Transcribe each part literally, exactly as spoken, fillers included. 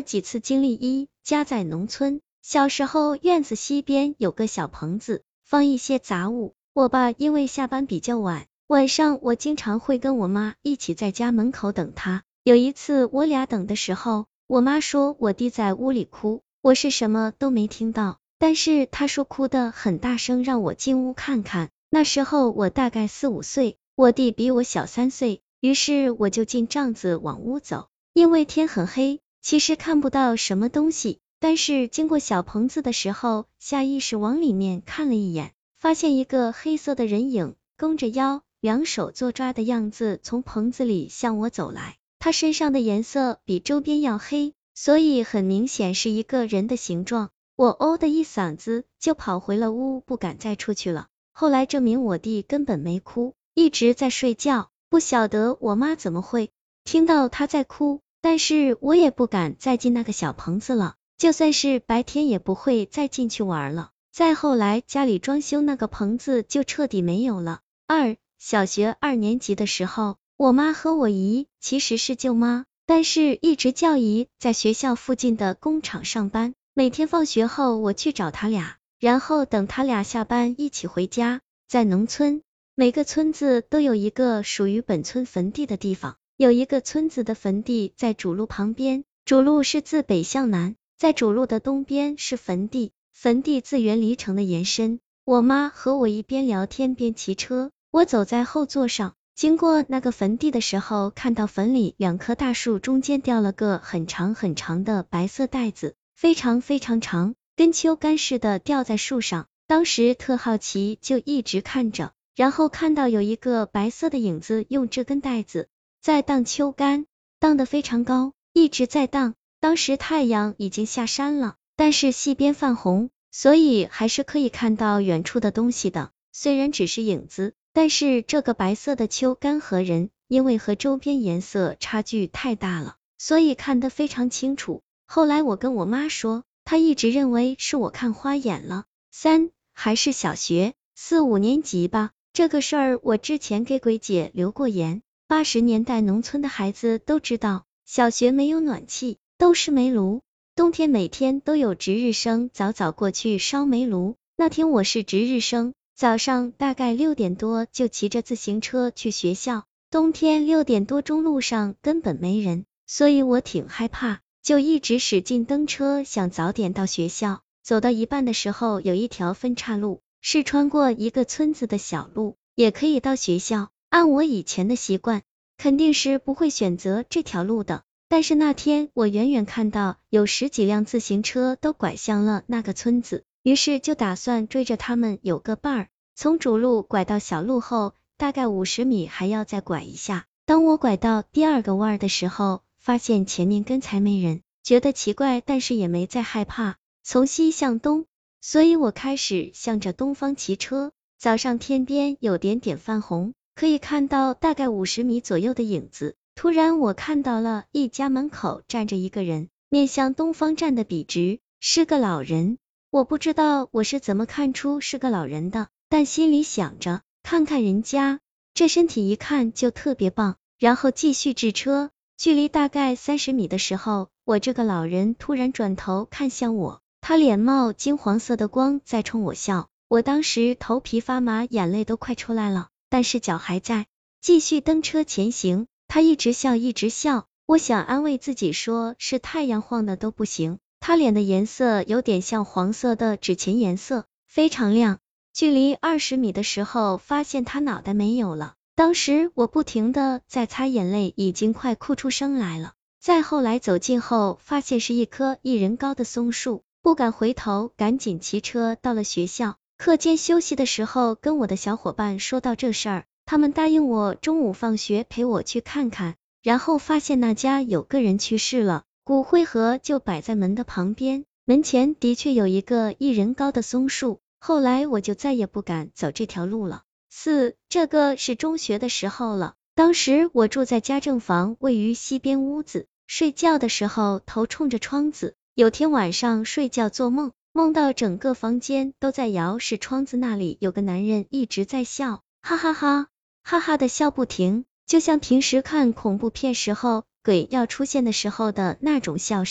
几次经历。一，家在农村，小时候院子西边有个小棚子，放一些杂物。我爸因为下班比较晚，晚上我经常会跟我妈一起在家门口等他。有一次我俩等的时候，我妈说我弟在屋里哭，我是什么都没听到，但是她说哭得很大声，让我进屋看看。那时候我大概四五岁，我弟比我小三岁，于是我就进帐子往屋走。因为天很黑，其实看不到什么东西，但是经过小棚子的时候，下意识往里面看了一眼，发现一个黑色的人影，弓着腰，两手做抓的样子从棚子里向我走来。他身上的颜色比周边要黑，所以很明显是一个人的形状。我哦的一嗓子就跑回了屋，不敢再出去了。后来证明我弟根本没哭，一直在睡觉，不晓得我妈怎么会听到他在哭，但是我也不敢再进那个小棚子了，就算是白天也不会再进去玩了。再后来家里装修，那个棚子就彻底没有了。二，小学二年级的时候，我妈和我姨，其实是舅妈，但是一直叫姨，在学校附近的工厂上班。每天放学后我去找他俩，然后等他俩下班一起回家。在农村，每个村子都有一个属于本村坟地的地方，有一个村子的坟地在主路旁边，主路是自北向南，在主路的东边是坟地，坟地自园离城的延伸。我妈和我一边聊天边骑车，我走在后座上，经过那个坟地的时候，看到坟里两棵大树中间掉了个很长很长的白色带子，非常非常长，跟秋干似的吊在树上。当时特好奇，就一直看着，然后看到有一个白色的影子用这根带子在荡秋干，荡得非常高，一直在荡。当时太阳已经下山了，但是西边泛红，所以还是可以看到远处的东西的，虽然只是影子，但是这个白色的秋干和人，因为和周边颜色差距太大了，所以看得非常清楚。后来我跟我妈说，她一直认为是我看花眼了。三，还是小学四五年级吧，这个事儿我之前给鬼姐留过言。八十年代农村的孩子都知道，小学没有暖气，都是煤炉，冬天每天都有值日生早早过去烧煤炉。那天我是值日生，早上大概六点多就骑着自行车去学校，冬天六点多钟路上根本没人，所以我挺害怕，就一直使劲蹬车，想早点到学校。走到一半的时候，有一条分岔路，是穿过一个村子的小路，也可以到学校。按我以前的习惯，肯定是不会选择这条路的，但是那天我远远看到有十几辆自行车都拐向了那个村子，于是就打算追着他们有个伴儿。从主路拐到小路后，大概五十米还要再拐一下。当我拐到第二个弯的时候，发现前面跟才没人，觉得奇怪，但是也没再害怕。从西向东，所以我开始向着东方骑车。早上天边有点点泛红，可以看到大概五十米左右的影子。突然我看到了一家门口站着一个人，面向东方站得笔直，是个老人。我不知道我是怎么看出是个老人的，但心里想着，看看人家这身体一看就特别棒，然后继续治车。距离大概三十米的时候，我这个老人突然转头看向我，他脸冒金黄色的光在冲我笑，我当时头皮发麻，眼泪都快出来了，但是脚还在继续蹬车前行。他一直笑一直笑，我想安慰自己说是太阳晃的都不行。他脸的颜色有点像黄色的纸钱颜色，非常亮。距离二十米的时候，发现他脑袋没有了，当时我不停的在擦眼泪，已经快哭出声来了。再后来走近后，发现是一棵一人高的松树，不敢回头，赶紧骑车到了学校。课间休息的时候，跟我的小伙伴说到这事儿，他们答应我中午放学陪我去看看，然后发现那家有个人去世了，骨灰盒就摆在门的旁边，门前的确有一个一人高的松树。后来我就再也不敢走这条路了。四，这个是中学的时候了，当时我住在家政房位于西边屋子，睡觉的时候头冲着窗子，有天晚上睡觉做梦，梦到整个房间都在摇，是窗子那里有个男人一直在笑，哈哈哈哈哈的笑不停，就像平时看恐怖片时候鬼要出现的时候的那种笑声。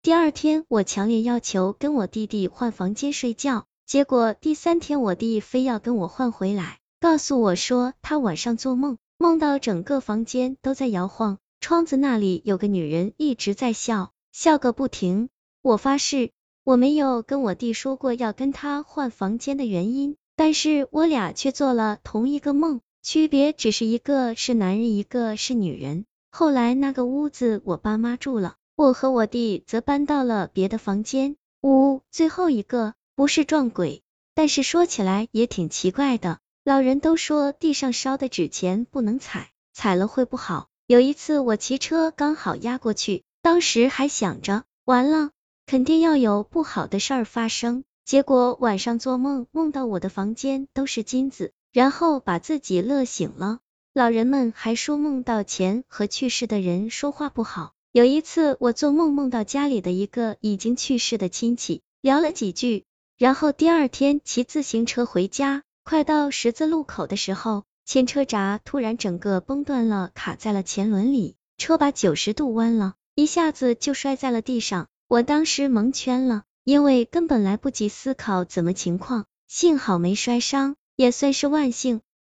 第二天我强烈要求跟我弟弟换房间睡觉，结果第三天我弟非要跟我换回来，告诉我说他晚上做梦，梦到整个房间都在摇晃，窗子那里有个女人一直在笑，笑个不停。我发誓我没有跟我弟说过要跟他换房间的原因，但是我俩却做了同一个梦，区别只是一个是男人，一个是女人。后来那个屋子我爸妈住了，我和我弟则搬到了别的房间。呜、哦，最后一个不是撞鬼，但是说起来也挺奇怪的。老人都说地上烧的纸钱不能踩，踩了会不好。有一次我骑车刚好压过去，当时还想着完了，肯定要有不好的事儿发生。结果晚上做梦，梦到我的房间都是金子，然后把自己乐醒了。老人们还说梦到钱和去世的人说话不好。有一次我做梦梦到家里的一个已经去世的亲戚，聊了几句，然后第二天骑自行车回家，快到十字路口的时候，前车闸突然整个崩断了，卡在了前轮里，车把九十度弯了，一下子就摔在了地上。我当时蒙圈了，因为根本来不及思考怎么情况，幸好没摔伤，也算是万幸。